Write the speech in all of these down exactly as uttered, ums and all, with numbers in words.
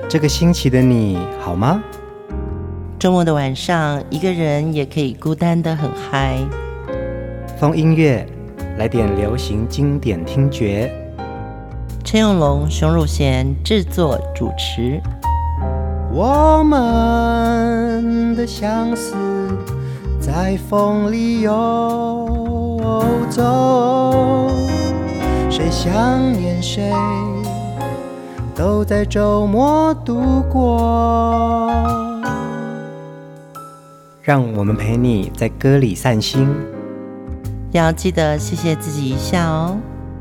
这个星期的你好吗？ 周末的晚上，一个人也可以孤单得很嗨。 风音乐，来点流行经典听觉。 陈永龙、熊汝贤制作主持。 我们的相思在风里游走，谁想念谁，都在周末度过。让我们陪你在歌里散心， 要记得谢谢自己一下哦。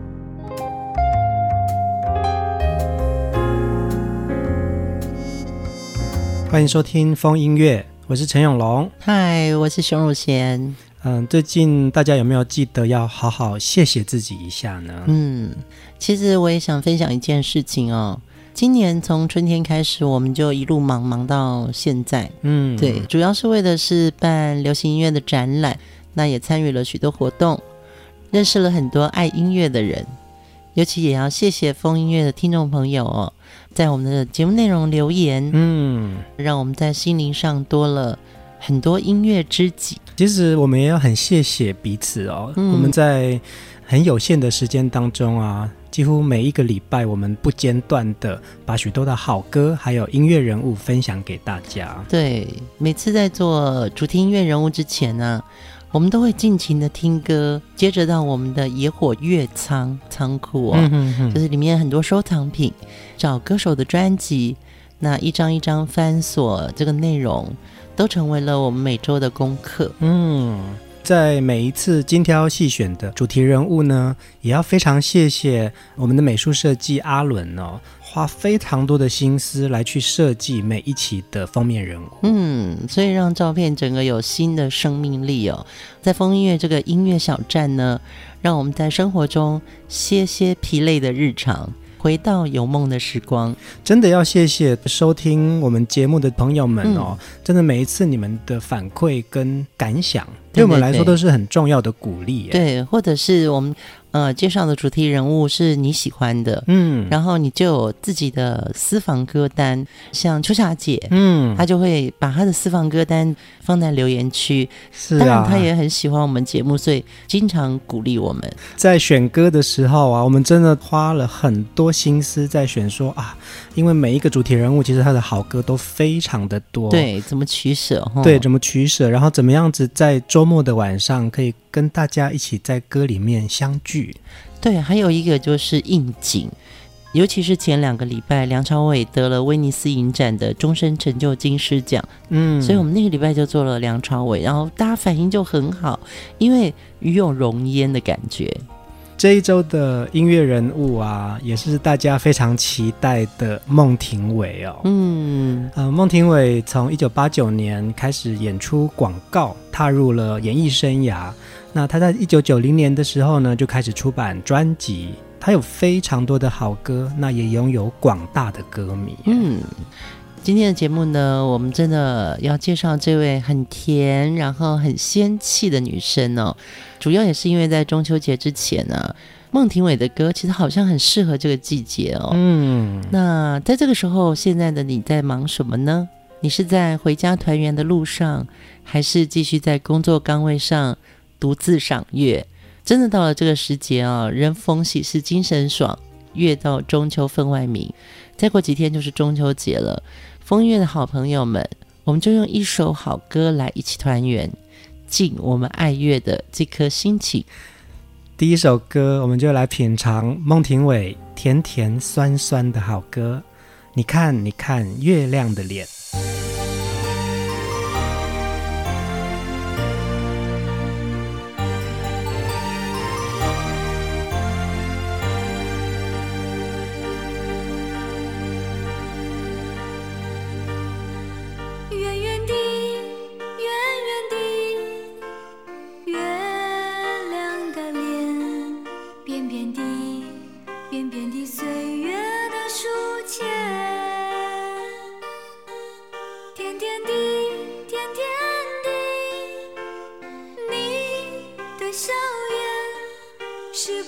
欢迎收听风音乐，我是陈永龙。 嗨，我是熊汝贤。 嗯，最近大家有没有记得要好好谢谢自己一下呢？ 嗯，其实我也想分享一件事情哦。今年从春天开始，我们就一路忙忙到现在。嗯，对，主要是为的是办流行音乐的展览，那也参与了许多活动，认识了很多爱音乐的人。尤其也要谢谢风音乐的听众朋友哦，在我们的节目内容留言，嗯，让我们在心灵上多了很多音乐知己。 其实我们也要很谢谢彼此哦，嗯、我们在很有限的时间当中啊，几乎每一个礼拜我们不间断的把许多的好歌还有音乐人物分享给大家。 对，每次在做主题音乐人物之前呢、啊，我们都会尽情的听歌，接着到我们的野火乐仓仓库哦、嗯哼哼，就是里面很多收藏品，找歌手的专辑，那一张一张翻锁，这个内容都成为了我们每周的功课。 嗯，在每一次精挑细选的主题人物呢，也要非常谢谢我们的美术设计阿伦哦，花非常多的心思来去设计每一期的封面人物。 嗯，所以让照片整个有新的生命力哦。在风音乐这个音乐小站呢，让我们在生活中歇歇疲累的日常，回到有梦的时光。 真的要谢谢收听我们节目的朋友们哦、嗯、真的每一次你们的反馈跟感想对我们来说都是很重要的鼓励。 对，或者是我们呃介绍的主题人物是你喜欢的，嗯，然后你就有自己的私房歌单，像秋霞姐，嗯，她就会把她的私房歌单放在留言区。是啊，当然她也很喜欢我们节目，所以经常鼓励我们。 在选歌的时候啊，我们真的花了很多心思在选说啊，因为每一个主题人物其实他的好歌都非常的多， 对，怎么取舍？ 对，怎么取舍，然后怎么样子在周末的晚上可以跟大家一起在歌里面相聚。 对，还有一个就是应景，尤其是前两个礼拜梁朝伟得了威尼斯影展的终身成就金狮奖，嗯，所以我们那个礼拜就做了梁朝伟，然后大家反应就很好，因为与有荣焉的感觉。 这一周的音乐人物啊，也是大家非常期待的孟庭苇哦。嗯，呃，孟庭苇从一九八九年开始演出广告，踏入了演艺生涯。那他在一九九零年的时候呢，就开始出版专辑。他有非常多的好歌，那也拥有广大的歌迷。 嗯。今天的节目呢，我们真的要介绍这位很甜然后很仙气的女生哦。主要也是因为在中秋节之前呢、啊，孟庭苇的歌其实好像很适合这个季节哦。嗯，那在这个时候，现在的你在忙什么呢？你是在回家团圆的路上，还是继续在工作岗位上独自赏月？真的到了这个时节啊，人逢喜事精神爽，月到中秋分外明。再过几天就是中秋节了，风音乐的好朋友们，我们就用一首好歌来一起团圆，敬我们爱乐的这颗心情。 第一首歌，我们就来品尝孟庭苇甜甜酸酸的好歌。你看，你看月亮的脸。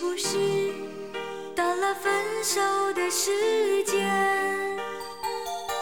分手的时间，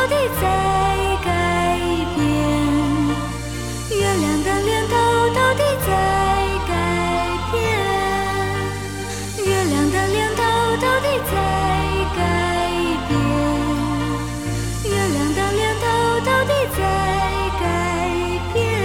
到底在改变，月亮的脸头到底在改变，月亮的脸头到底在改变，月亮的脸头到底在改变。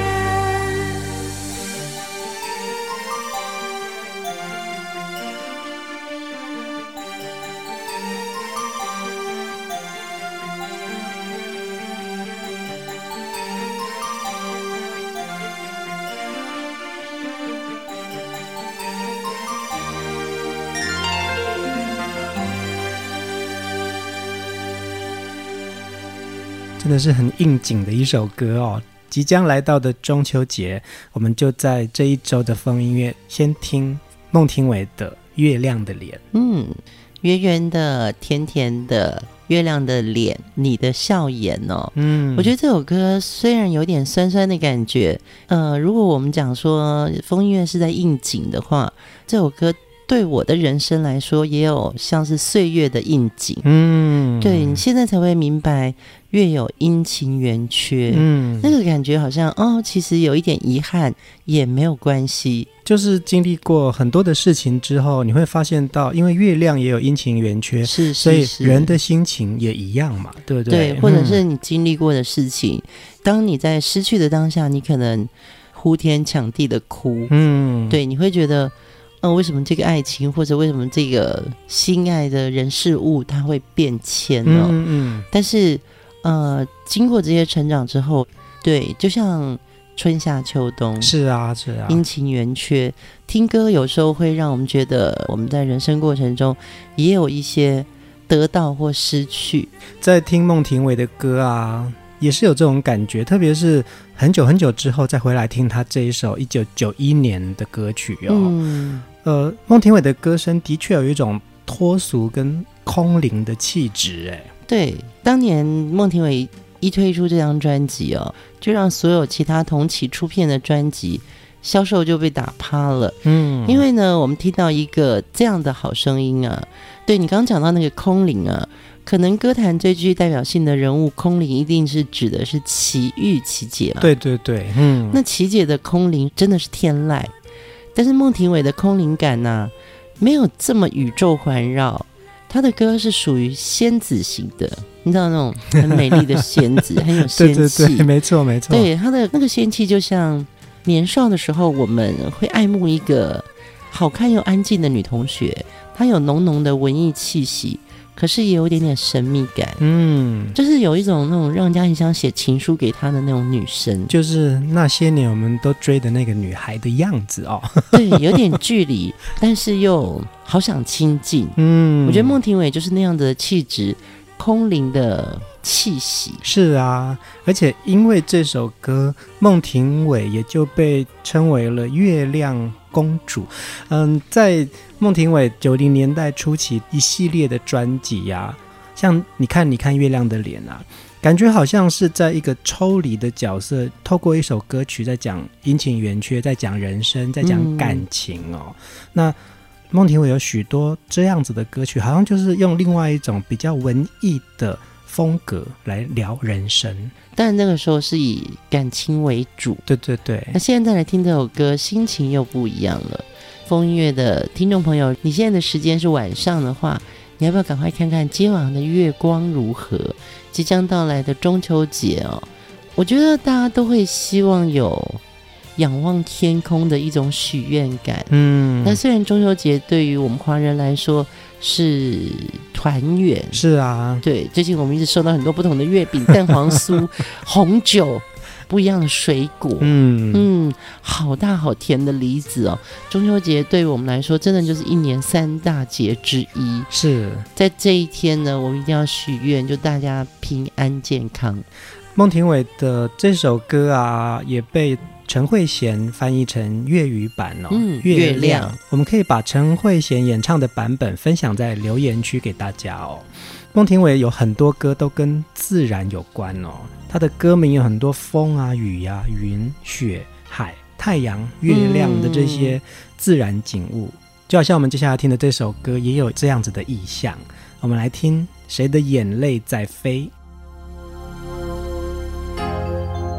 真的是很应景的一首歌哦。即将来到的中秋节，我们就在这一周的风音乐先听孟庭苇的《月亮的脸》。 嗯，圆圆的甜甜的月亮的脸，你的笑颜哦。嗯，我觉得这首歌虽然有点酸酸的感觉，呃，如果我们讲说风音乐是在应景的话，这首歌对我的人生来说也有像是岁月的应景。嗯，对，你现在才会明白月有阴晴圆缺。嗯，那个感觉好像哦，其实有一点遗憾也没有关系。 就是经历过很多的事情之后，你会发现到因为月亮也有阴晴圆缺， 是是是， 所以人的心情也一样嘛，对不对？ 对，或者是你经历过的事情，嗯，当你在失去的当下，你可能呼天抢地的哭。嗯，对，你会觉得呃，为什么这个爱情或者为什么这个心爱的人事物它会变迁呢？嗯嗯，但是呃，经过这些成长之后，对，就像春夏秋冬， 是啊是啊， 阴晴圆缺。听歌有时候会让我们觉得我们在人生过程中也有一些得到或失去。 在听孟庭苇的歌啊，也是有这种感觉，特别是很久很久之后再回来听他这一首一九九一年的歌曲哦。嗯，呃，孟庭苇的歌声的确有一种脱俗跟空灵的气质。哎， 对，当年孟庭苇一推出这张专辑哦，就让所有其他同期出片的专辑销售就被打趴了。嗯，因为呢，我们听到一个这样的好声音啊，对，你刚刚讲到那个空灵啊，可能歌坛最具代表性的人物空灵一定是指的是齐豫齐姐啊。 对对对，嗯， 那齐姐的空灵真的是天籁，但是孟庭苇的空灵感啊，没有这么宇宙环绕，她的歌是属于仙子型的，你知道那种很美丽的仙子，很有仙气。 对对对，没错没错。 对，她的那个仙气就像年少的时候我们会爱慕一个好看又安静的女同学，她有浓浓的文艺气息，可是也有一点点神秘感。嗯，就是有一种那种让人家很想写情书给她的那种女生， 就是那些年我们都追的那个女孩的样子哦。 对，有点距离，但是又好想亲近。嗯，我觉得孟庭苇就是那样的气质，空灵的气息。 是啊，而且因为这首歌，孟庭苇也就被称为了月亮公主。嗯，在孟庭苇九零年代初期一系列的专辑啊，像你看你看月亮的脸啊，感觉好像是在一个抽离的角色，透过一首歌曲在讲阴晴圆缺，在讲人生，在讲感情哦。嗯，那孟庭苇有许多这样子的歌曲，好像就是用另外一种比较文艺的风格来聊人生， 但那个时候是以感情为主。 对对对。 那现在再来听这首歌，心情又不一样了。风音乐的听众朋友，你现在的时间是晚上的话，你要不要赶快看看街晚的月光如何？即将到来的中秋节哦，我觉得大家都会希望有仰望天空的一种许愿感。嗯，那虽然中秋节对于我们华人来说是团圆， 是啊， 对，最近我们一直收到很多不同的月饼、蛋黄酥、红酒，不一样的水果，嗯嗯，好大好甜的梨子哦。中秋节对于我们来说，真的就是一年三大节之一。 是在这一天呢，我们一定要许愿，就大家平安健康。 孟庭苇的这首歌啊，也被陈慧娴翻译成粤语版哦，嗯，月亮。月亮我们可以把陈慧娴演唱的版本分享在留言区给大家哦。孟庭苇有很多歌都跟自然有关哦，她的歌名有很多风啊、雨啊、云、雪、海、太阳、月亮的这些自然景物，嗯，就好像我们接下来听的这首歌也有这样子的意象。我们来听谁的眼泪在飞。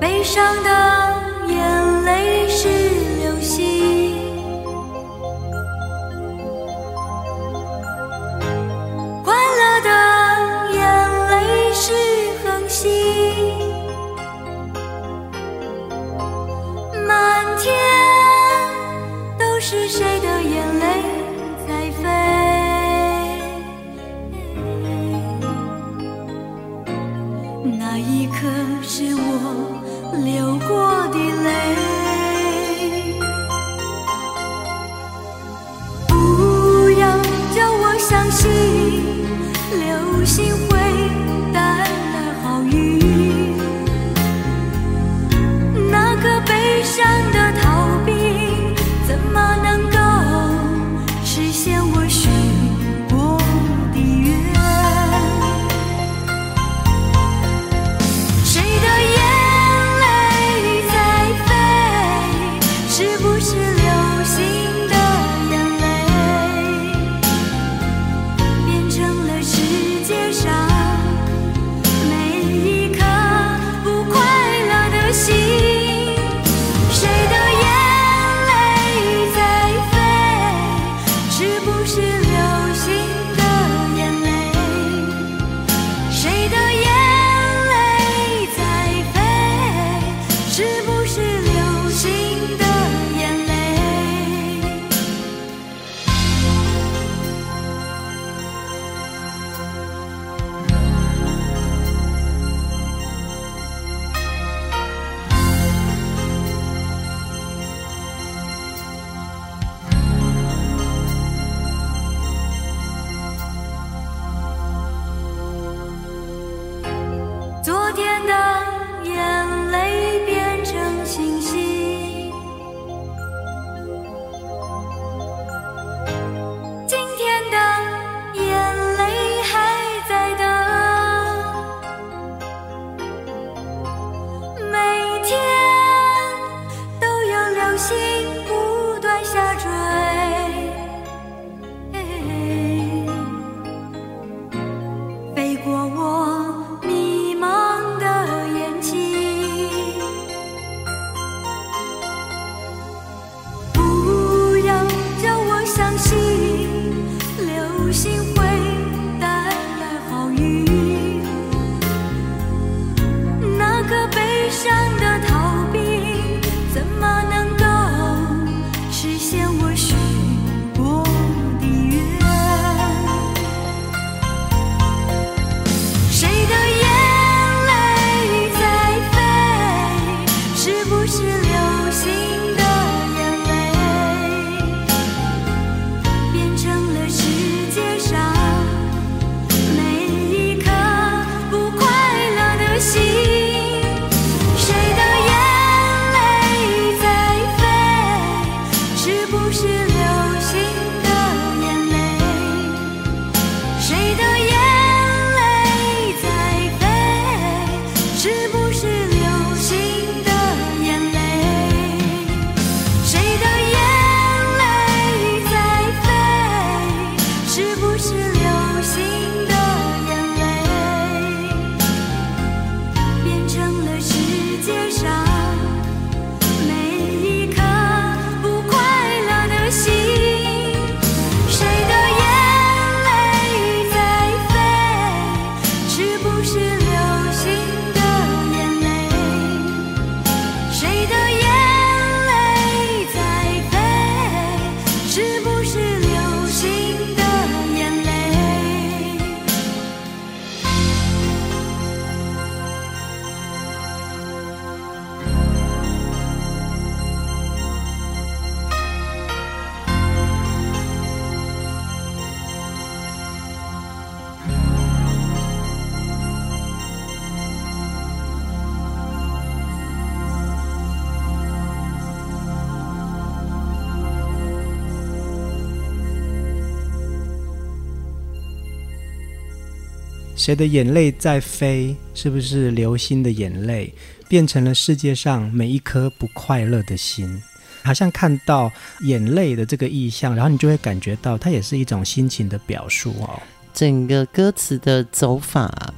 悲伤的眼泪是流星，快乐的眼泪是恒星，满天都是谁的眼泪在飞，那一刻是我流过的泪，不要叫我相信流星会带来好运，那个悲伤的逃避怎么能够实现我许过的愿？谁的眼泪在飞？是不是流星的眼泪变成了世界上每一颗不快乐的心？谁的眼泪在飞？是不是流星的眼泪？谁的眼泪在飞？是不是流星的眼泪？昨天的眼泪变成星星，今天的眼泪还在等，每天都有流星不断下坠，飞过我迷茫的眼睛，不要叫我相信流星会带来好运，那个悲伤的逃避怎么能够实现我许过的愿？谁的眼泪在飞？是不是流星的眼泪变成了世界上每一颗不快乐的心？谁的眼泪在飞？是不是流星的眼泪？谁的眼泪在飞？是不是流星的眼泪？谁的眼泪在飞？是不是流星的眼泪变成了世界上每一颗不快乐的心？谁的眼泪在飞？是不是流星的眼泪？谁的眼泪在飞？是不是流星的眼泪？ 谁的眼泪在飞？是不是流星的眼泪变成了世界上每一颗不快乐的心？好像看到眼泪的这个意象，然后你就会感觉到它也是一种心情的表述哦。 整个歌词的走法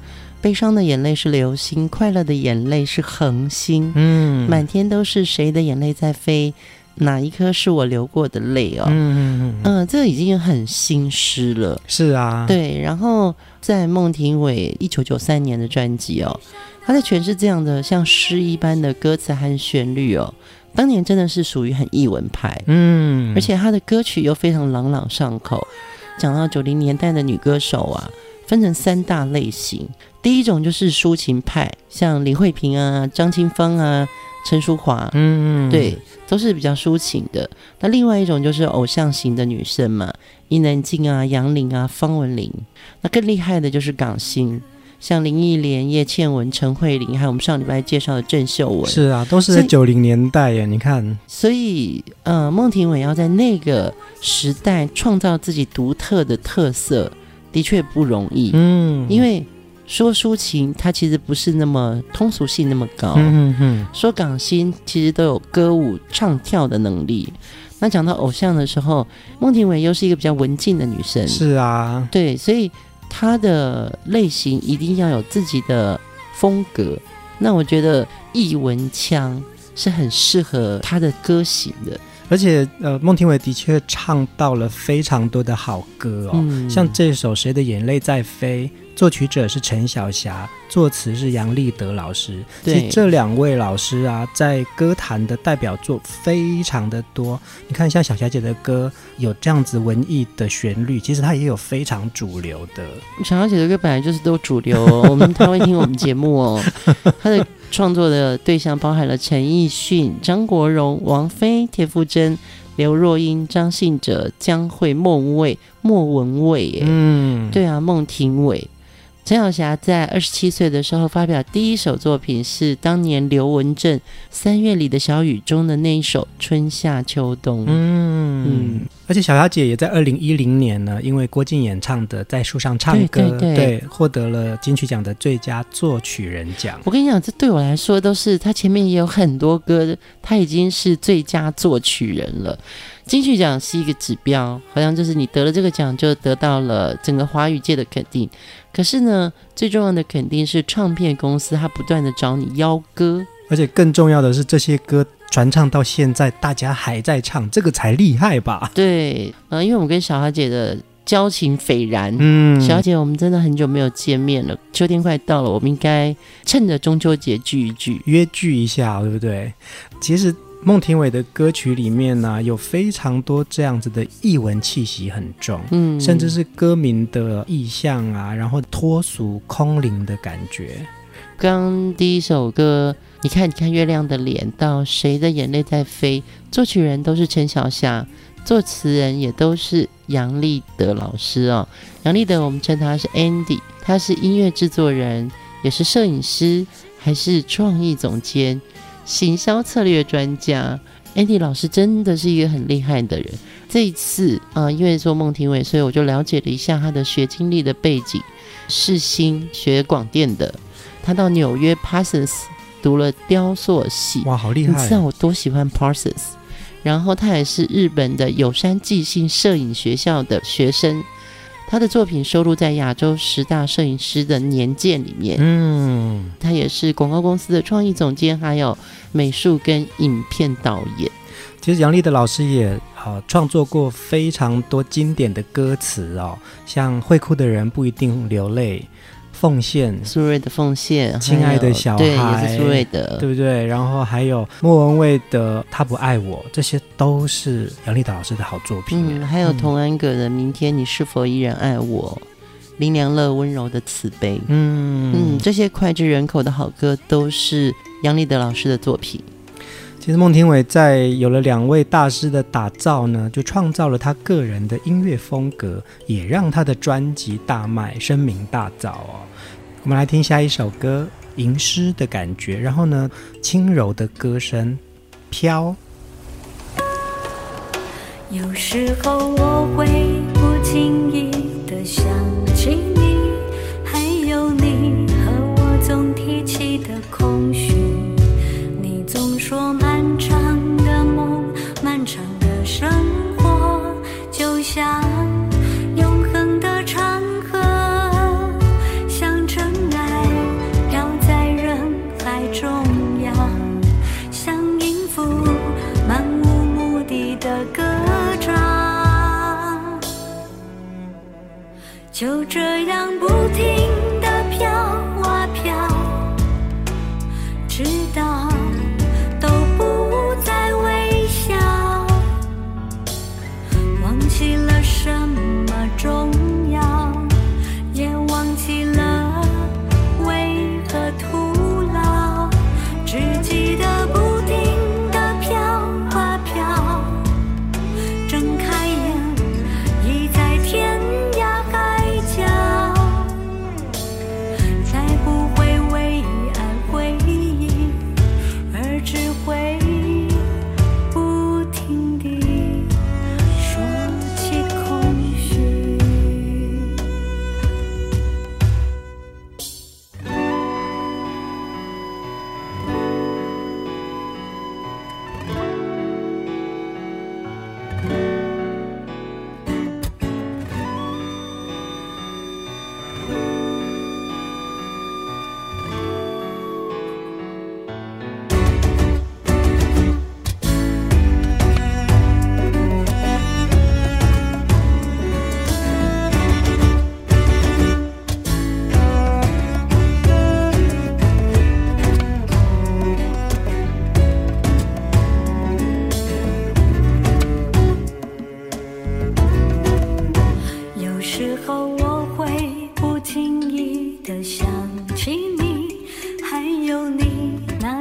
悲伤的眼泪是流星，快乐的眼泪是恒星。嗯，满天都是谁的眼泪在飞，哪一颗是我流过的泪哦。嗯嗯嗯，呃，这已经很新诗了。 是啊， 对。然后在孟庭苇一九九三年的专辑哦，他在诠释这样的像诗一般的歌词和旋律哦，当年真的是属于很艺文派。嗯，而且他的歌曲又非常朗朗上口。讲到九零年代的女歌手啊，分成三大类型。第一种就是抒情派，像林慧萍啊、张清芳啊、陈淑桦，嗯，对，都是比较抒情的。那另外一种就是偶像型的女生嘛，伊能静啊、杨林啊、方文琳。那更厉害的就是港星，像林忆莲、叶倩文、陈慧琳，还有我们上礼拜介绍的郑秀文。 是啊，都是在九零年代耶，你看。 所以，呃，孟庭苇要在那个时代创造自己独特的特色，的确不容易。嗯，因为说抒情，它其实不是那么通俗性那么高。嗯嗯嗯。说港星，其实都有歌舞唱跳的能力。那讲到偶像的时候，孟庭苇又是一个比较文静的女生。 是啊， 对，所以她的类型一定要有自己的风格。那我觉得艺文腔是很适合她的歌型的。 而且呃，孟庭苇的确唱到了非常多的好歌哦，嗯、像这首《谁的眼泪在飞》，作曲者是陈小霞，作词是杨立德老师。其实这两位老师啊，在歌坛的代表作非常的多。你看，像小霞姐的歌有这样子文艺的旋律，其实它也有非常主流的。 小霞姐的歌本来就是都主流哦，我们她会听我们节目哦。她的创作的对象包含了陈奕迅、张国荣、王菲、田馥甄、刘若英、张信哲、江蕙、莫文蔚、莫文蔚耶。嗯，对啊，孟庭苇。陈小霞在二十七岁的时候发表第一首作品是当年刘文正《三月里的小雨》中的那一首《春夏秋冬》。嗯嗯，而且小霞姐也在二零一零年呢，因为郭靖演唱的《在树上唱歌》， 对对对， 对，获得了金曲奖的最佳作曲人奖。 我跟你讲，这对我来说都是他前面也有很多歌，他已经是最佳作曲人了。金曲奖是一个指标，好像就是你得了这个奖就得到了整个华语界的肯定。可是呢，最重要的肯定是唱片公司它不断的找你邀歌， 而且更重要的是这些歌传唱到现在大家还在唱，这个才厉害吧。 对，呃，因为我们跟小霞姐的交情斐然，嗯，小姐我们真的很久没有见面了，秋天快到了，我们应该趁着中秋节聚一聚， 约聚一下，对不对？其实孟庭苇的歌曲里面呢、啊，有非常多这样子的艺文气息很重，嗯，甚至是歌名的意象啊，然后脱俗空灵的感觉。 刚第一首歌，你看，你看月亮的脸，到谁的眼泪在飞，作曲人都是陈小霞，作词人也都是杨立德老师哦。杨立德我们称他是 Andy， 他是音乐制作人，也是摄影师，还是创意总监。行销策略专家 Andy 老师真的是一个很厉害的人。这一次呃，因为做孟庭苇，所以我就了解了一下他的学经历的背景。世新学广电的，他到纽约 Parsons 读了雕塑系。 哇，好厉害！ 你知道我多喜欢 Parsons。然后他也是日本的有山纪信摄影学校的学生。他的作品收录在亚洲十大摄影师的年鉴里面。嗯，他也是广告公司的创意总监，还有美术跟影片导演。 其实杨立德老师也呃创作过非常多经典的歌词哦，像会哭的人不一定流泪，奉献， 苏芮的奉献， 亲爱的小孩， 对，也是苏芮的， 对不对？然后还有莫文蔚的他不爱我，这些都是杨立德老师的好作品。 嗯，还有童安格的明天你是否依然爱我，林良乐温柔的慈悲。嗯嗯，这些脍炙人口的好歌都是杨立德老师的作品。 其实孟庭苇在有了两位大师的打造呢，就创造了他个人的音乐风格，也让他的专辑大卖，声名大噪哦。我们来听下一首歌，吟诗的感觉，然后呢，轻柔的歌声，飘。 有时候我会不经意地想起你，还有你和我总提起的空虚。你总说漫长的梦，漫长的生活就像永恒的长河，像尘埃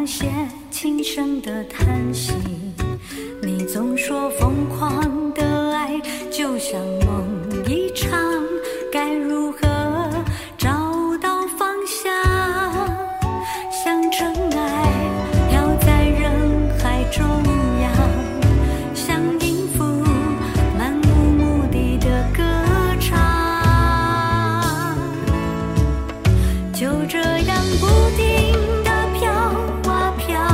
那些轻声的叹息，你总说疯狂的爱就像梦一场，该如何找到方向？像尘埃飘在人海中央，像音符漫无目的的歌唱，就这样不停地飘啊飘，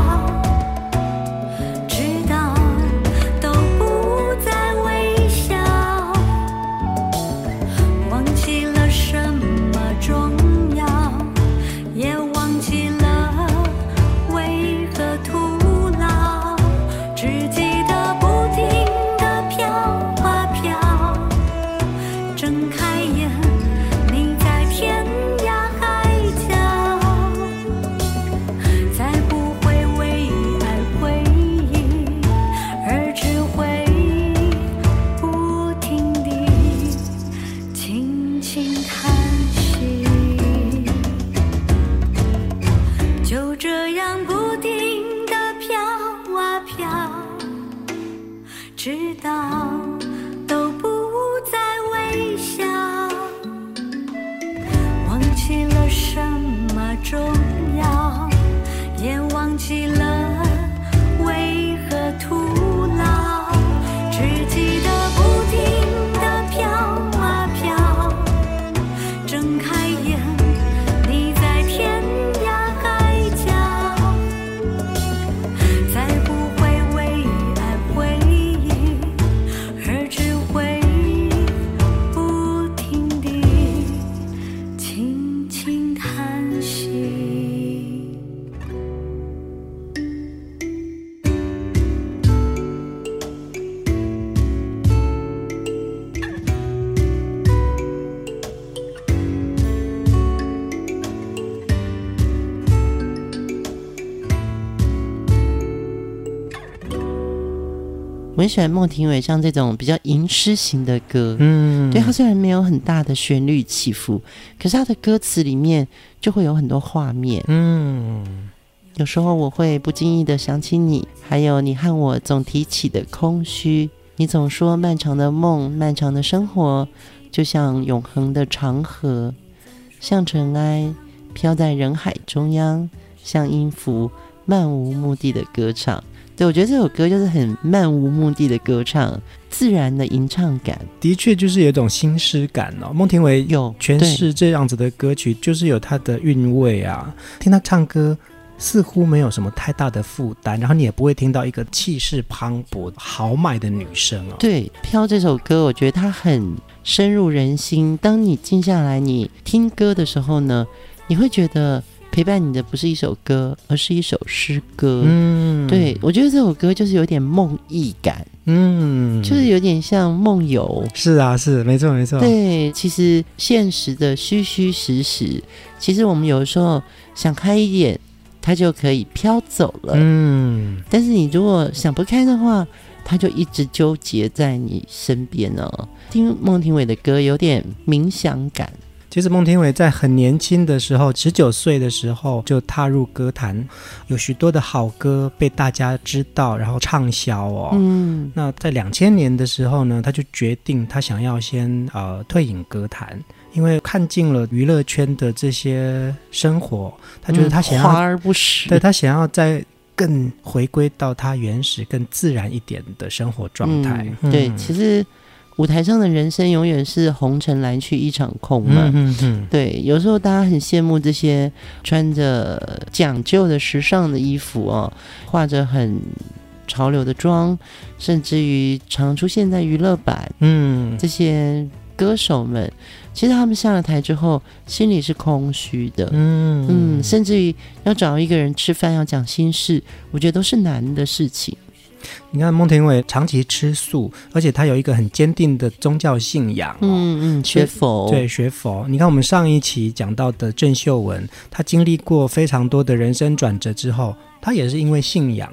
直到都不再微笑，忘记了什么重要，也忘记了为何徒劳，只记得不停地飘啊飘，睁开眼你在天涯海角，再不会为爱回忆，而只会不停地轻轻叹息，就这样不停地飘啊飘，直到都不再微笑，忘记了什么重要，也忘记了为何徒劳，只记得不停地飘啊飘，睁开眼你在天涯海角，再不会为爱回忆，而只会不停地轻轻叹息。 我很喜欢孟庭苇像这种比较吟诗型的歌， 嗯， 对，它虽然没有很大的旋律起伏，可是它的歌词里面就会有很多画面， 嗯， 有时候我会不经意的想起你，还有你和我总提起的空虚，你总说漫长的梦，漫长的生活就像永恒的长河，像尘埃飘在人海中央，像音符漫无目的的歌唱。对，我觉得这首歌就是很漫无目的的歌唱，自然的吟唱感， 的确就是有一种新诗感哦。孟庭苇有诠释这样子的歌曲，就是有它的韵味啊。听他唱歌似乎没有什么太大的负担，然后你也不会听到一个气势磅礴豪迈的女声哦。 对，《飘》这首歌我觉得它很深入人心，当你静下来你听歌的时候呢，你会觉得陪伴你的不是一首歌，而是一首诗歌。嗯，对，我觉得这首歌就是有点梦呓感，嗯，就是有点像梦游。 是啊，是，没错没错。 对，其实现实的虚虚实实，其实我们有时候想开一点，它就可以飘走了。嗯，但是你如果想不开的话，它就一直纠结在你身边哦。听孟庭苇的歌有点冥想感。 其实孟庭苇在很年轻的时候，十九岁的时候就踏入歌坛，有许多的好歌被大家知道，然后畅销哦。嗯，那在两千年的时候呢，他就决定他想要先呃退隐歌坛，因为看尽了娱乐圈的这些生活，他觉得他想要、 嗯、华而不实， 对，他想要在更回归到他原始、更自然一点的生活状态。 嗯嗯、对，其实。舞台上的人生永远是红尘来去一场空嘛，嗯嗯嗯，对，有时候大家很羡慕这些穿着讲究的时尚的衣服哦，化着很潮流的妆，甚至于常出现在娱乐版，嗯，这些歌手们，其实他们下了台之后，心里是空虚的，嗯嗯，甚至于要找一个人吃饭，要讲心事，我觉得都是难的事情。 你看孟庭苇长期吃素，而且他有一个很坚定的宗教信仰、哦、 嗯嗯，学佛， 对，学佛。你看我们上一期讲到的郑秀文，他经历过非常多的人生转折之后，他也是因为信仰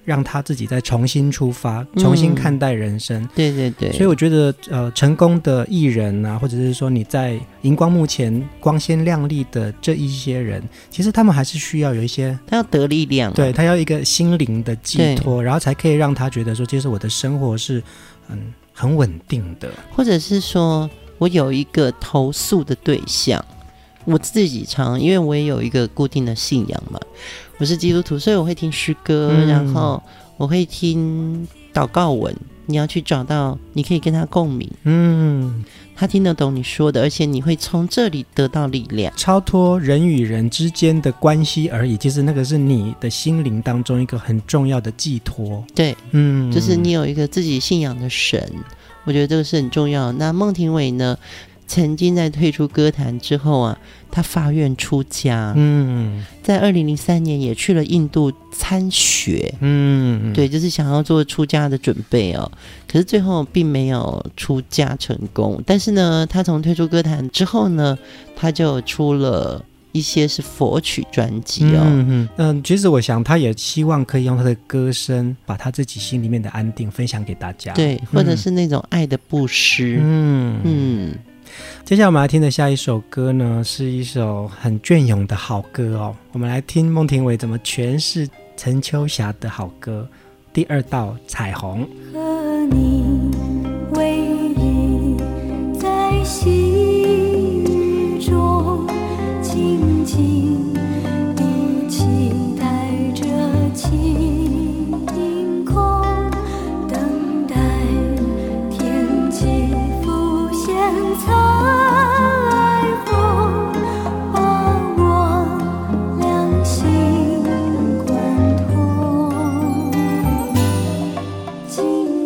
让他自己再重新出发，重新看待人生。 嗯、对对对， 所以我觉得呃，成功的艺人啊，或者是说你在荧光幕前光鲜亮丽的这一些人，其实他们还是需要有一些， 他要得力量、啊， 对，他要一个心灵的寄托，然后才可以让他觉得说，其实我的生活是嗯很稳定的， 或者是说我有一个投诉的对象。我自己常，因为我也有一个固定的信仰嘛，我是基督徒，所以我会听诗歌、嗯、然后我会听祷告文，你要去找到你可以跟他共鸣，嗯，他听得懂你说的，而且你会从这里得到力量， 超脱人与人之间的关系而已，其实那个是你的心灵当中一个很重要的寄托。 对，嗯，就是你有一个自己信仰的神，我觉得这个是很重要。那孟庭苇呢，曾经在退出歌坛之后啊，他发愿出家，嗯，在二零零三年也去了印度参学，嗯，对，就是想要做出家的准备哦。可是最後并没有出家成功。但是呢，他从退出歌坛之后呢，他就出了一些是佛曲专辑哦。 嗯嗯嗯，其实我想他也希望可以用他的歌声把他自己心里面的安定分享给大家， 对，或者是那种爱的布施，嗯嗯。 接下来我们来听的下一首歌呢，是一首很隽永的好歌哦。我们来听孟庭苇怎么诠释陈秋霞的好歌《第二道彩虹》。 和你唯一在细雨中，静静地期待着晴空，等待天际浮现彩虹，把我两心贯通。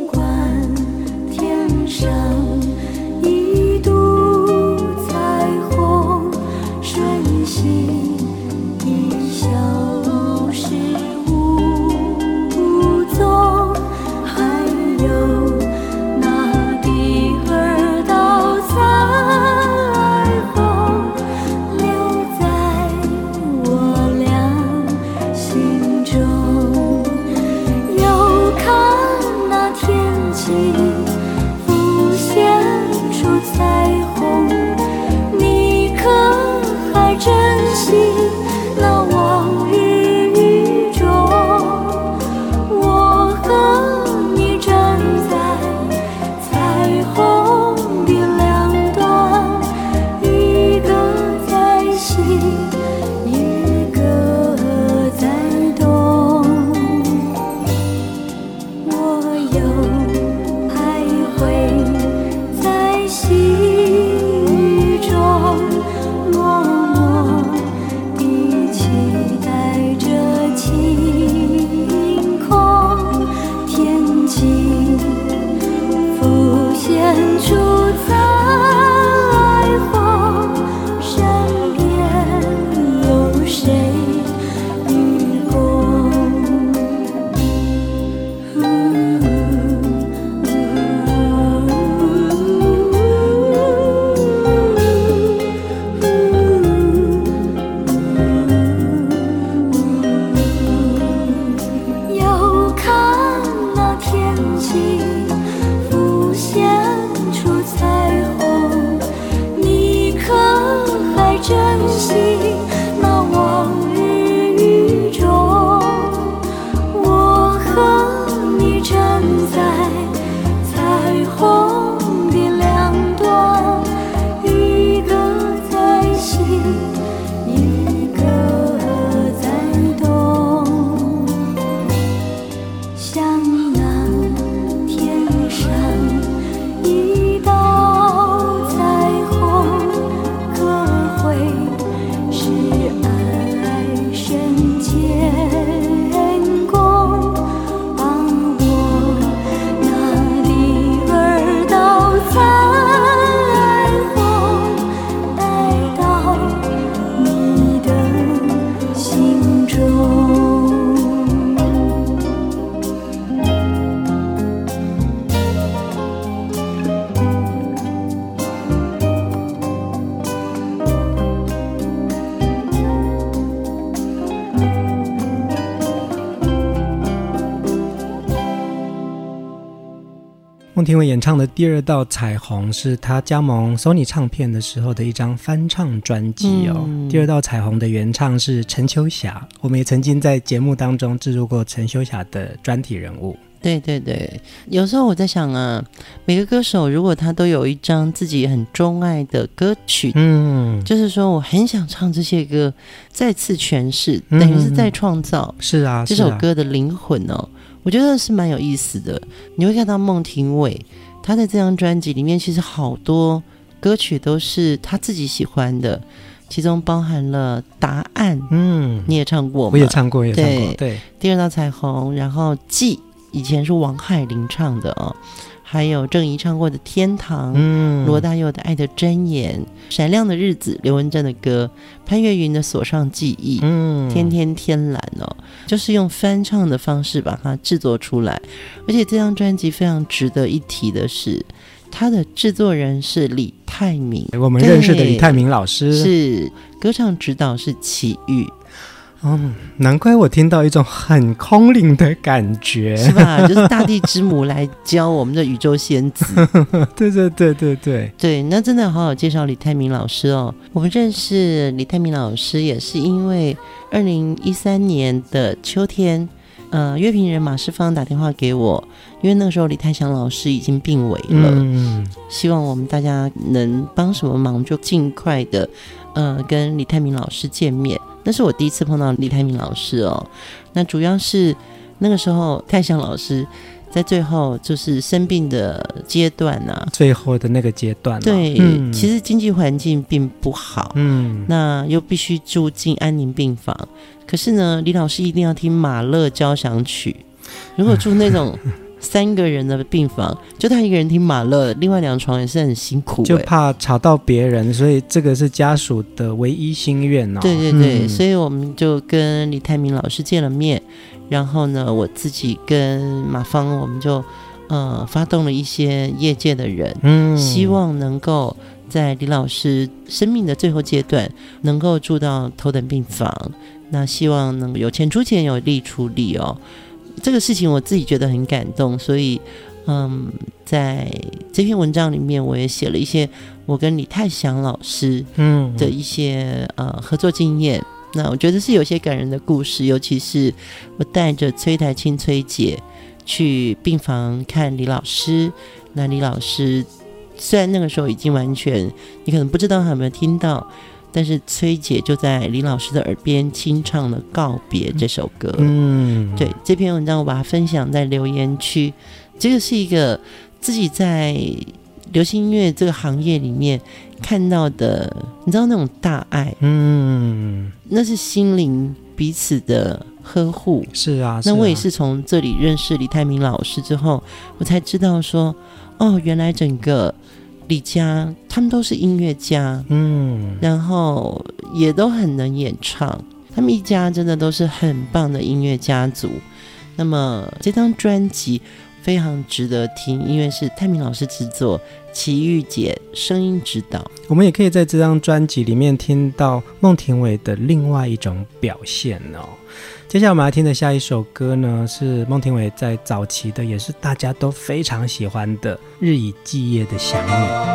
孟庭苇演唱的《第二道彩虹》是他加盟 Sony 唱片的时候的一张翻唱专辑哦。嗯、第二道彩虹的原唱是陈秋霞，我们也曾经在节目当中置入过陈秋霞的专题人物。 对对对，有时候我在想啊，每个歌手如果他都有一张自己很钟爱的歌曲，嗯，就是说我很想唱这些歌，再次诠释，嗯、等于是在创造， 是啊， 这首歌的灵魂哦。我觉得是蛮有意思的。你会看到孟庭苇，他在这张专辑里面，其实好多歌曲都是他自己喜欢的，其中包含了《答案》，嗯，你也唱过吗？ 我也唱过，也唱过。对， 对，第二道彩虹，然后《记》以前是王海玲唱的哦。还有郑怡唱过的《天堂》，嗯，罗大佑的《爱的箴言》，闪亮的日子，刘文正的歌，潘越云的《锁上记忆》，嗯，天天天蓝哦，就是用翻唱的方式把它制作出来。而且这张专辑非常值得一提的是，他的制作人是李泰明， 我们认识的李泰明老师， 是歌唱指导是齐豫。 嗯，难怪我听到一种很空灵的感觉， 是吧？就是大地之母来教我们的宇宙仙子。 对对对对对对，那真的好好介绍李泰明老师哦。我们认识李泰明老师也是因为二零一三年的秋天，呃，乐评人马世芳打电话给我，因为那个时候李泰祥老师已经病危了，嗯，希望我们大家能帮什么忙就尽快的，呃，跟李泰明老师见面。那是我第一次碰到李泰明老师哦。那主要是那个时候泰祥老师在最后就是生病的阶段啊， 最后的那个阶段、啊、 对、嗯、其实经济环境并不好，嗯，那又必须住进安宁病房，可是呢李老师一定要听马勒交响曲，如果住那种三个人的病房，就他一个人听马勒，另外两床也是很辛苦、欸、 就怕吵到别人，所以这个是家属的唯一心愿哦。 对对对、嗯、所以我们就跟李泰明老师见了面，然后呢我自己跟马芳我们就呃发动了一些业界的人，嗯，希望能够在李老师生命的最后阶段能够住到头等病房，那希望能有钱出钱有力出力哦。这个事情我自己觉得很感动，所以嗯，在这篇文章里面我也写了一些我跟李泰祥老师的一些、嗯、呃合作经验，那我觉得是有些感人的故事，尤其是我带着崔台青崔姐去病房看李老师，那李老师虽然那个时候已经完全你可能不知道他有没有听到，但是崔姐就在李老师的耳边清唱了《告别》这首歌。嗯，对，这篇文章我把它分享在留言区。这个是一个自己在流行音乐这个行业里面看到的，你知道那种大爱，嗯，那是心灵彼此的呵护。 是啊，是啊， 那我也是从这里认识李泰明老师之后，我才知道说，哦，原来整个李家他们都是音乐家，嗯，然后也都很能演唱，他们一家真的都是很棒的音乐家族。那么这张专辑非常值得听，因为是泰明老师制作，齐豫姐声音指导。 我们也可以在这张专辑里面听到孟庭苇的另外一种表现哦。接下来我们来听的下一首歌呢，是孟庭苇在早期的，也是大家都非常喜欢的《日以继夜的想你》。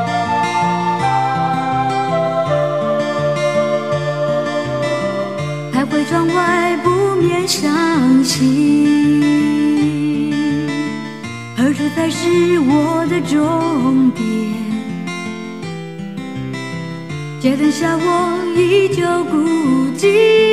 徘徊窗外不免伤心，何处才是我的终点？街灯下我依旧孤寂，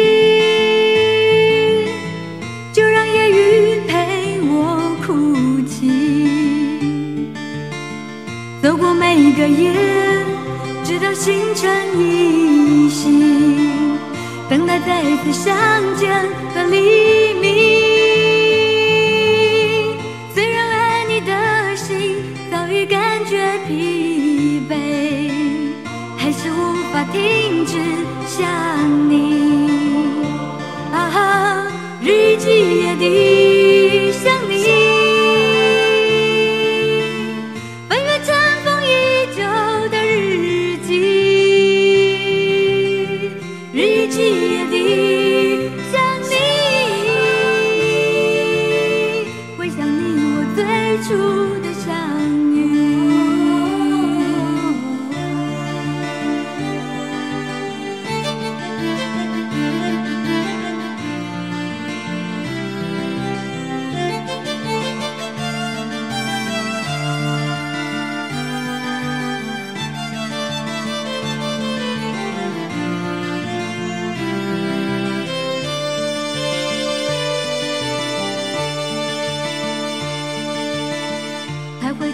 就让夜雨陪我哭泣，走过每个夜，直到星辰已醒，等待再次相见的黎明。虽然爱你的心早已感觉疲惫，还是无法停止想你。啊，日以继夜地想你，翻阅尘封已久的日记，日以继夜地想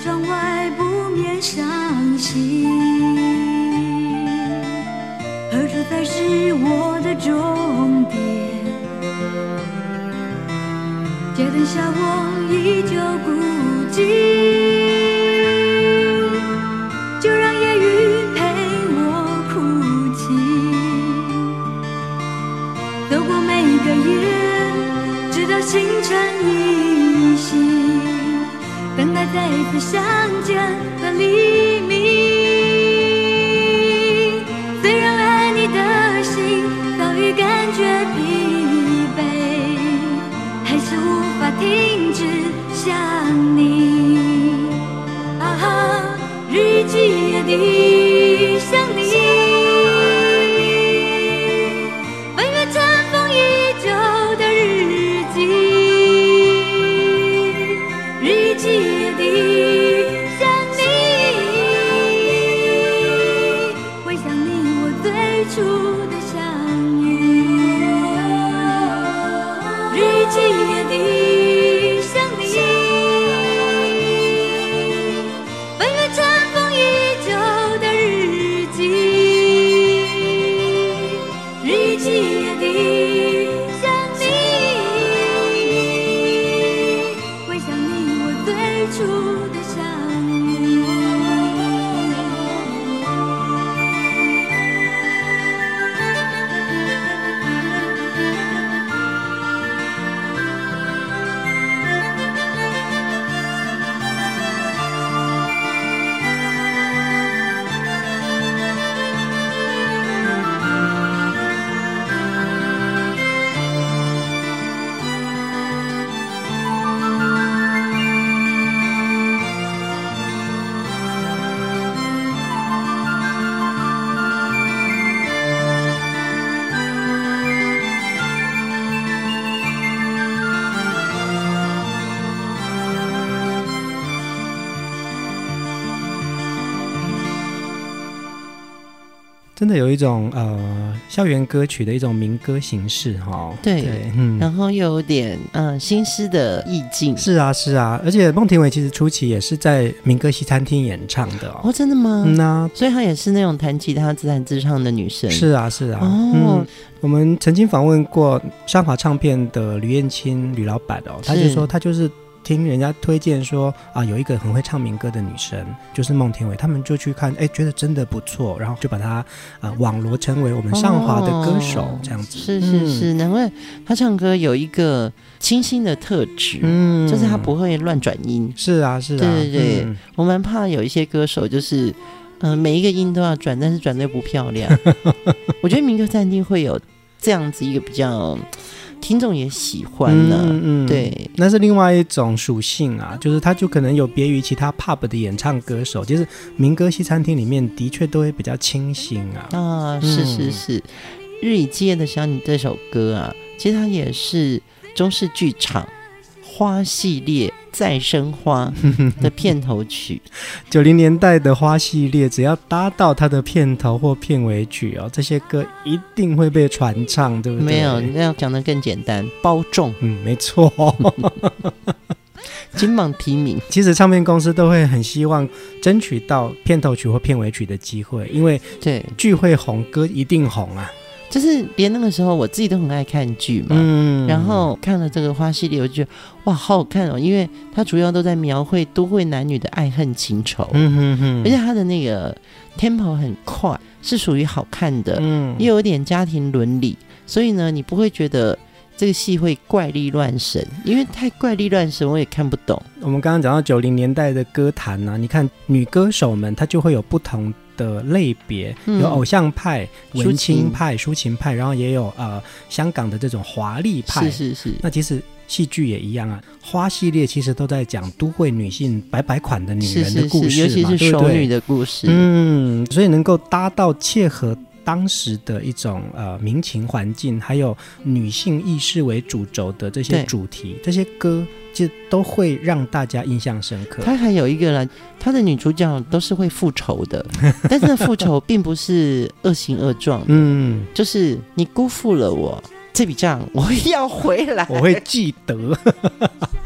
窗外不免伤心，何处才是我的终点？街灯下我依旧孤寂，就让夜雨陪我哭泣，走过每个夜，直到星辰依稀，等待再次相见的黎明。虽然爱你的心早已感觉疲惫，还是无法停止想你。啊哈，日积月地想你，翻阅尘封已久的日记，日积月地想你，回想你我最初的相遇，日积月地想你，翻阅尘封已久的日记，日积月地想你，回想你我最初的相遇。 真的有一种呃校园歌曲的一种民歌形式哈、哦， 对，对嗯、然后又有点呃新诗的意境。 是啊是啊，而且孟庭苇其实初期也是在民歌西餐厅演唱的哦。 哦，真的吗？ 嗯啊， 所以她也是那种弹吉他自弹自唱的女生。 是啊是啊。 哦、 嗯，我们曾经访问过上华唱片的吕燕青吕老板哦，他就说他就是听人家推荐说啊，有一个很会唱民歌的女生，就是孟庭苇，他们就去看，哎，觉得真的不错，然后就把她啊、呃、网罗成为我们上华的歌手、哦、这样子。 是是是、嗯，难怪她唱歌有一个清新的特质，嗯，就是她不会乱转音。 是啊是啊， 对对对，嗯、我蛮怕有一些歌手就是。呃，每一个音都要转，但是转得又不漂亮。我觉得民歌餐厅会有这样子一个比较听众也喜欢呢、啊，嗯嗯，对， 那是另外一种属性啊，就是它就可能有别于其他 pub 的演唱歌手，就是民歌西餐厅里面的确都会比较清新啊。 啊，是是是，嗯、日以继夜的想你这首歌啊，其实它也是中视剧场花系列再生花的片头曲。 九零年代的花系列只要搭到它的片头或片尾曲哦，这些歌一定会被传唱，对不对？ 没有，要讲得更简单，包中。 嗯，没错。 金榜题名。 其实唱片公司都会很希望争取到片头曲或片尾曲的机会，因为对剧会红，歌一定红啊。 就是连那个时候我自己都很爱看剧嘛、嗯、然后看了这个花系列我就觉得哇好好看哦，因为它主要都在描绘都会男女的爱恨情仇、嗯、哼哼，而且它的那个 tempo 很快，是属于好看的、嗯、也有一点家庭伦理，所以呢你不会觉得这个戏会怪力乱神，因为太怪力乱神我也看不懂。 我们刚刚讲到九零年代的歌坛啊，你看女歌手们她就会有不同的类别，有偶像派、嗯、文青派、抒情派，然后也有呃香港的这种华丽派。 是是是。 那其实戏剧也一样啊，花系列其实都在讲都会女性百百款的女人的故事嘛， 是是是，尤其是熟女的故事。 嗯，所以能够搭到切合当时的一种呃民情环境，还有女性意识为主轴的这些主题，这些歌就都会让大家印象深刻。 他还有一个啦，他的女主角都是会复仇的，但是复仇并不是恶行恶状的，嗯，就是你辜负了我，这笔账我要回来， 我会记得。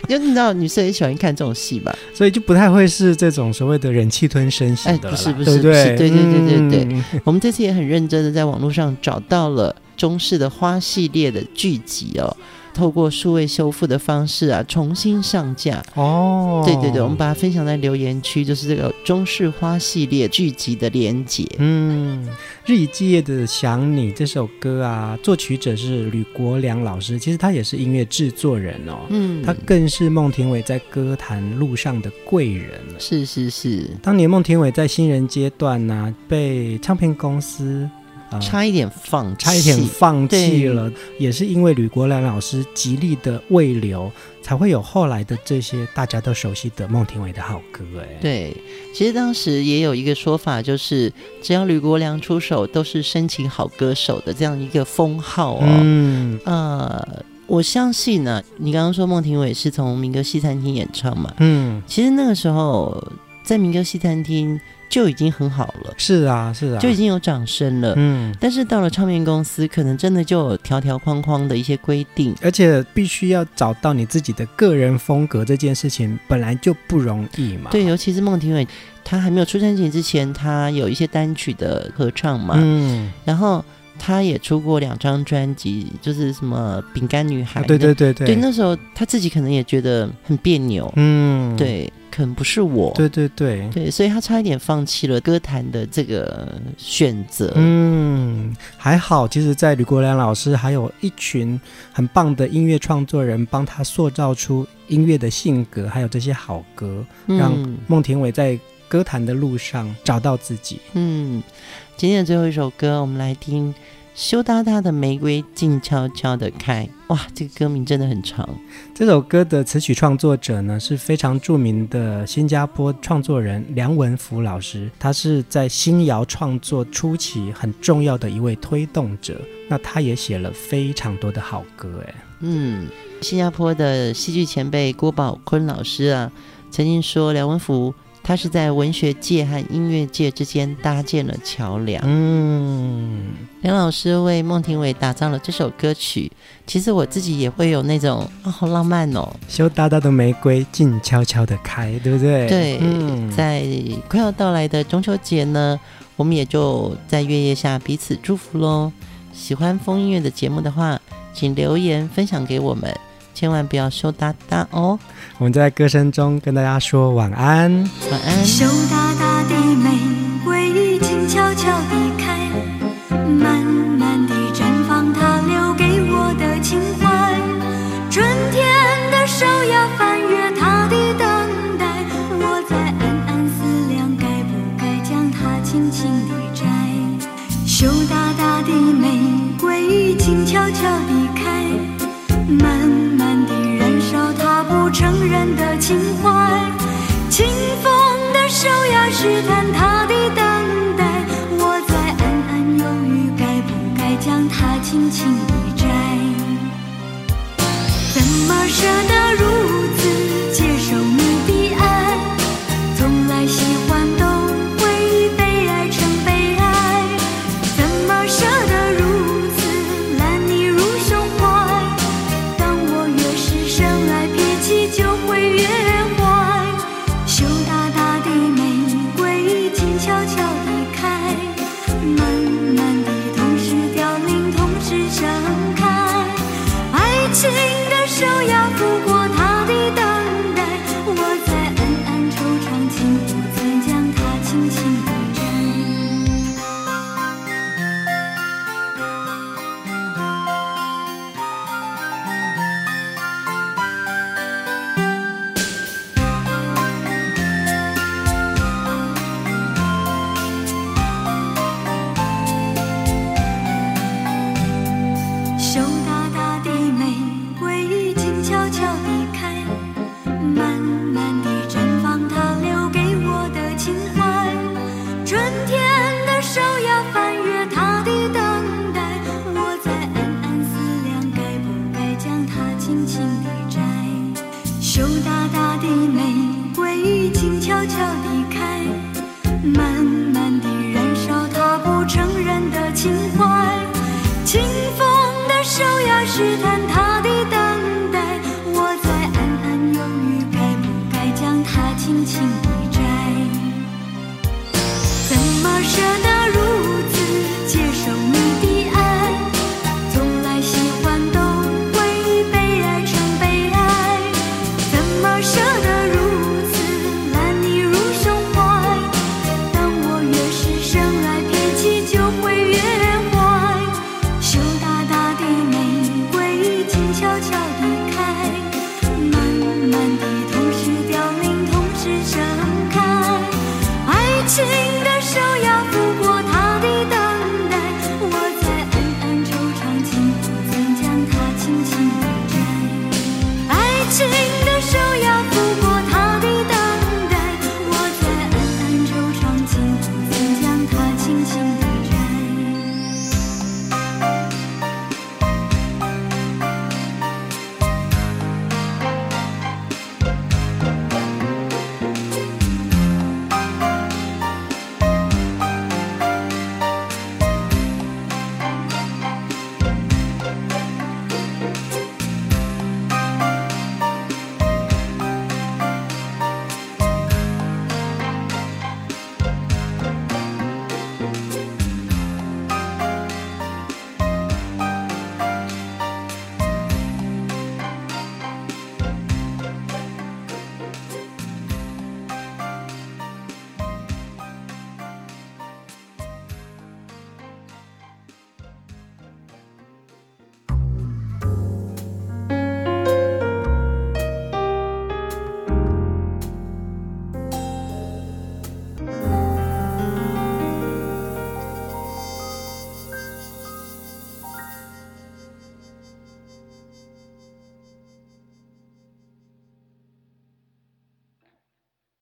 因为你知道女生也喜欢看这种戏吧， 所以就不太会是这种所谓的忍气吞声型的了、哎、 不是不是对不对？ 对对对对对对、嗯、我们这次也很认真的在网络上找到了中视的花系列的剧集哦，透过数位修复的方式啊，重新上架哦。对对对，我们把它分享在留言区，就是这个中视花系列剧集的连结。 嗯，日以继夜的想你这首歌啊，作曲者是吕国良老师，其实他也是音乐制作人哦。嗯，他更是孟庭苇在歌坛路上的贵人了。 是是是， 当年孟庭苇在新人阶段呢、啊，被唱片公司。 差一点放弃， 差一点放弃了，也是因为吕国良老师极力的慰留，才会有后来的这些大家都熟悉的孟庭苇的好歌。哎， 对，其实当时也有一个说法，就是只要吕国良出手，都是深情好歌手的这样一个封号哦。嗯，呃，我相信呢、啊，你刚刚说孟庭苇是从民歌西餐厅演唱嘛，嗯，其实那个时候在民歌西餐厅就已经很好了， 是啊是啊， 就已经有掌声了。嗯，但是到了唱片公司，可能真的就有条条框框的一些规定， 而且必须要找到你自己的个人风格，这件事情本来就不容易嘛。 对，尤其是孟庭苇，她还没有出专辑之前，她有一些单曲的合唱嘛，嗯，然后她也出过两张专辑，就是什么饼干女孩、啊、 对对对对， 对，那时候她自己可能也觉得很别扭，嗯，对，可能不是我， 对对对对，所以他差一点放弃了歌坛的这个选择。 嗯，还好，其实在吕国良老师还有一群很棒的音乐创作人帮他塑造出音乐的性格，还有这些好歌，嗯、让孟庭苇在歌坛的路上找到自己。 嗯，今天的最后一首歌，我们来听羞答答的玫瑰静悄悄的开。哇，这个歌名真的很长。 这首歌的词曲创作者呢是非常著名的新加坡创作人梁文福老师，他是在新谣创作初期很重要的一位推动者，那他也写了非常多的好歌。哎， 嗯，新加坡的戏剧前辈郭宝坤老师啊，曾经说梁文福他是在文学界和音乐界之间搭建了桥梁。嗯，梁老师为孟庭苇打造了这首歌曲，其实我自己也会有那种、哦、好浪漫哦， 羞答答的玫瑰静悄悄的开，对不对？ 对、嗯、在快要到来的中秋节呢，我们也就在月夜下彼此祝福咯。喜欢风音乐的节目的话，请留言分享给我们，千万不要羞答答哦。 我们在歌声中跟大家说晚安， 晚安。 羞答答的玫瑰静悄悄地开，慢慢地绽放它留给我的情怀。春天的手要翻越它的等待，我在暗暗思量该不该将它轻轻地摘。羞答答的玫瑰静悄悄地开，慢慢地燃烧它不承认的情怀。清风的手要试探它的等待，我在暗暗犹豫该不该将它轻轻地摘。怎么舍得如此接受你的爱，从来喜欢都会被爱成被爱。怎么舍得如此揽你入胸怀，当我越是深爱脾气就会越坏。羞答答的玫瑰静悄悄地开，慢慢地同时凋零同时盛开。爱情的手要拂过它的等待，我在暗暗惆怅，请不再将它轻轻地摘。羞答答的玫瑰静悄悄地开，慢慢地绽放它留给我的情怀。春天的手要翻越它的等待，我在暗暗思量该不该将它轻轻地摘。羞答答的玫瑰静悄悄地开，慢慢地燃烧它不承认的情怀。清风的手要试探它